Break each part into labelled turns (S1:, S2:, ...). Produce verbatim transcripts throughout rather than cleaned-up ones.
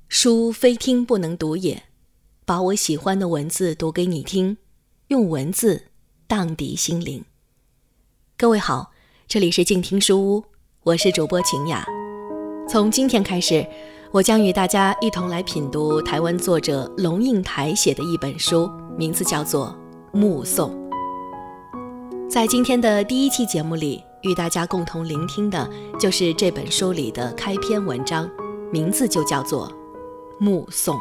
S1: 书非听不能读也，把我喜欢的文字读给你听，用文字荡涤心灵。各位好，这里是静听书屋，我是主播晴雅。从今天开始，我将与大家一同来品读台湾作者龙应台写的一本书，名字叫做《目送》。在今天的第一期节目里，与大家共同聆听的就是这本书里的开篇文章，名字就叫做《目送》。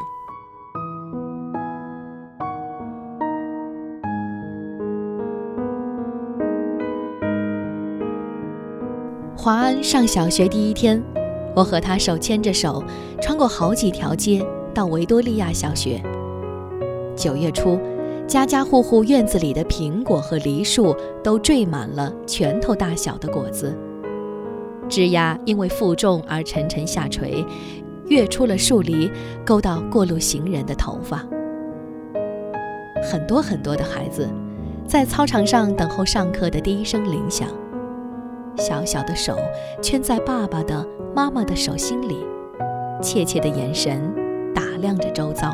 S1: 华安上小学第一天，我和他手牵着手，穿过好几条街，到维多利亚小学。九月初，家家户户院子里的苹果和梨树都缀满了拳头大小的果子，枝桠因为负重而沉沉下垂，跃出了树篱，勾到过路行人的头发。很多很多的孩子在操场上等候上课的第一声铃响，小小的手圈在爸爸的妈妈的手心里，怯怯的眼神打量着周遭。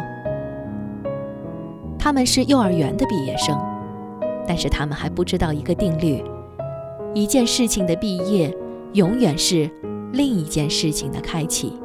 S1: 他们是幼儿园的毕业生，但是他们还不知道一个定律：一件事情的毕业永远是另一件事情的开启。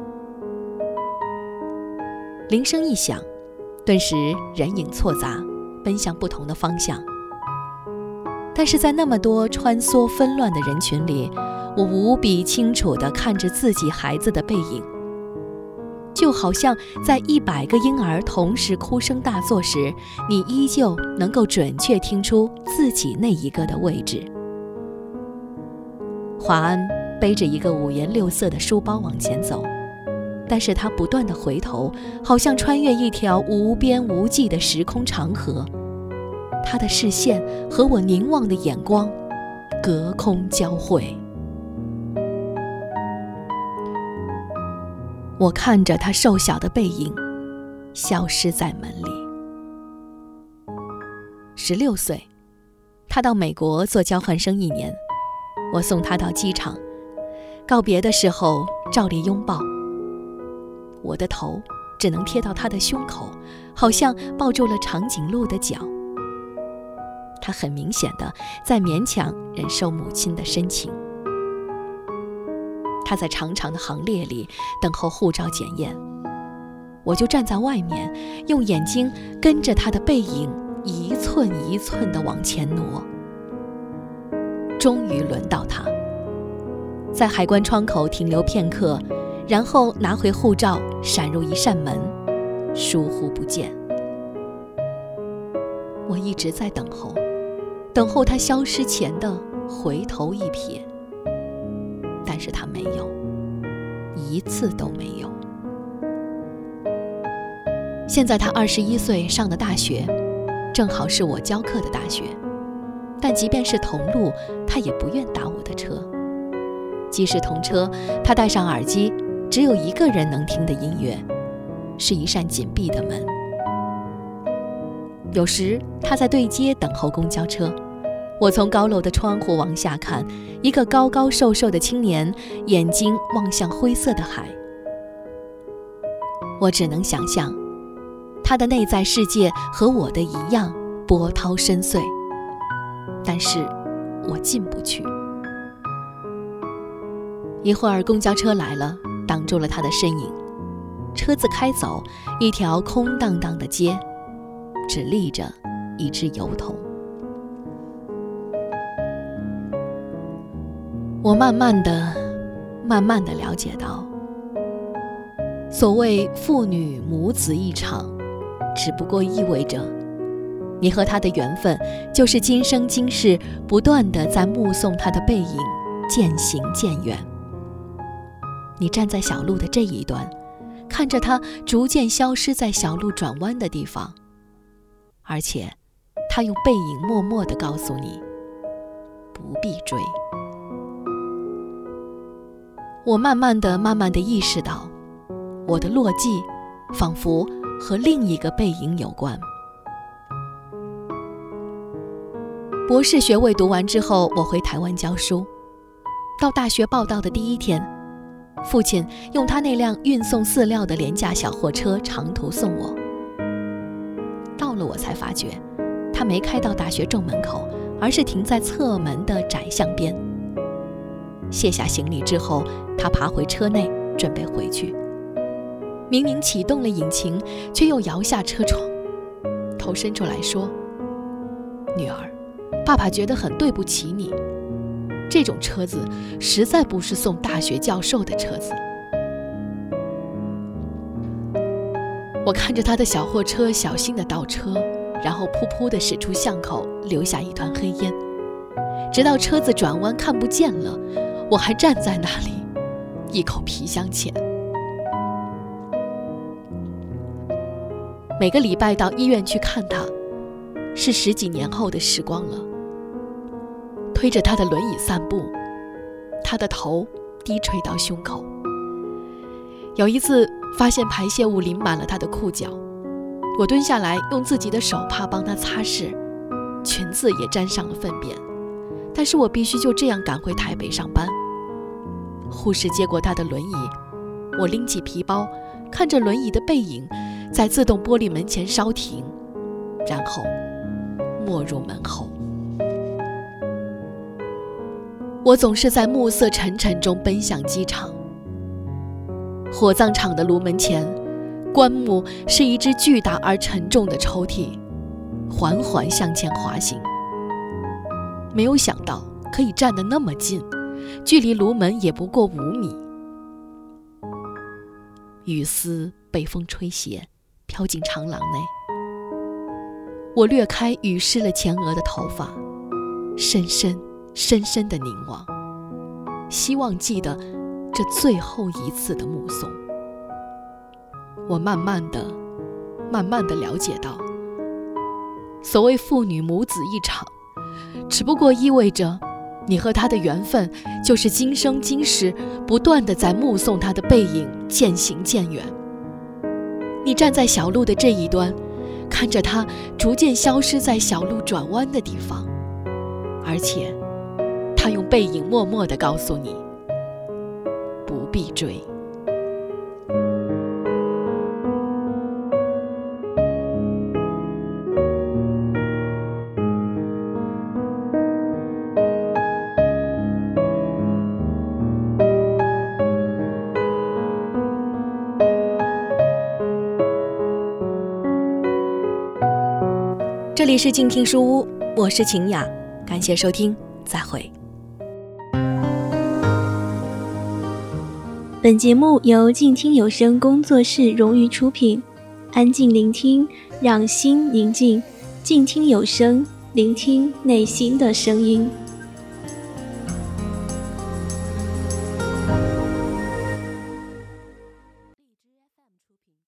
S1: 铃声一响，顿时人影错杂，奔向不同的方向。但是在那么多穿梭纷乱的人群里，我无比清楚地看着自己孩子的背影，就好像在一百个婴儿同时哭声大作时，你依旧能够准确听出自己那一个的位置。华安背着一个五颜六色的书包往前走，但是他不断地回头，好像穿越一条无边无际的时空长河。他的视线和我凝望的眼光隔空交汇。我看着他瘦小的背影消失在门里。十六岁，他到美国做交换生一年，我送他到机场，告别的时候照例拥抱。我的头只能贴到他的胸口，好像抱住了长颈鹿的脚。他很明显的在勉强忍受母亲的深情。他在长长的行列里等候护照检验，我就站在外面，用眼睛跟着他的背影一寸一寸地往前挪。终于轮到他，在海关窗口停留片刻，然后拿回护照，闪入一扇门，疏忽不见。我一直在等候，等候他消失前的回头一瞥，但是他没有，一次都没有。现在他二十一岁，上的大学，正好是我教课的大学，但即便是同路，他也不愿搭我的车。即使同车，他戴上耳机，只有一个人能听的音乐，是一扇紧闭的门。有时他在对街等候公交车，我从高楼的窗户往下看，一个高高瘦瘦的青年，眼睛望向灰色的海。我只能想象，他的内在世界和我的一样波涛深邃，但是我进不去。一会儿公交车来了，挡住了他的身影。车子开走，一条空荡荡的街，只立着一只油桶。我慢慢的慢慢的了解到，所谓父女母子一场，只不过意味着你和他的缘分就是今生今世不断的在目送他的背影渐行渐远。你站在小路的这一端，看着他逐渐消失在小路转弯的地方，而且他用背影默默地告诉你，不必追。我慢慢地慢慢地意识到，我的落寂仿佛和另一个背影有关。博士学位读完之后，我回台湾教书。到大学报到的第一天， 父亲用他那辆运送饲料的廉价小货车长途送我。到了我才发觉，他没开到大学正门口，而是停在侧门的窄巷边。卸下行李之后，他爬回车内准备回去，明明启动了引擎，却又摇下车窗，头伸出来说：女儿，爸爸觉得很对不起你，这种车子实在不是送大学教授的车子。我看着他的小货车小心地倒车，然后噗噗地驶出巷口，留下一团黑烟，直到车子转弯看不见了，我还站在那里，一口皮箱钱。每个礼拜到医院去看他，是十几年后的时光了。推着他的轮椅散步，他的头低垂到胸口。有一次发现排泄物淋满了他的裤脚，我蹲下来用自己的手帕帮他擦拭，裙子也沾上了粪便，但是我必须就这样赶回台北上班。护士接过他的轮椅，我拎起皮包，看着轮椅的背影在自动玻璃门前稍停，然后没入门后。我总是在暮色沉沉中奔向机场。火葬场的炉门前，棺木是一只巨大而沉重的抽屉，缓缓向前滑行。没有想到可以站得那么近，距离炉门也不过五米。雨丝被风吹斜，飘进长廊内。我掠开雨湿了前额的头发，深深深深地凝望，希望记得这最后一次的目送。我慢慢的慢慢的了解到，所谓父女母子一场，只不过意味着你和他的缘分就是今生今世不断地在目送他的背影渐行渐远。你站在小路的这一端，看着他逐渐消失在小路转弯的地方，而且他用背影默默地告诉你，不必追。这里是静听书屋，我是晴雅，感谢收听，再会。
S2: 本节目由静听有声工作室荣誉出品，安静聆听，让心宁静，静听有声，聆听内心的声音。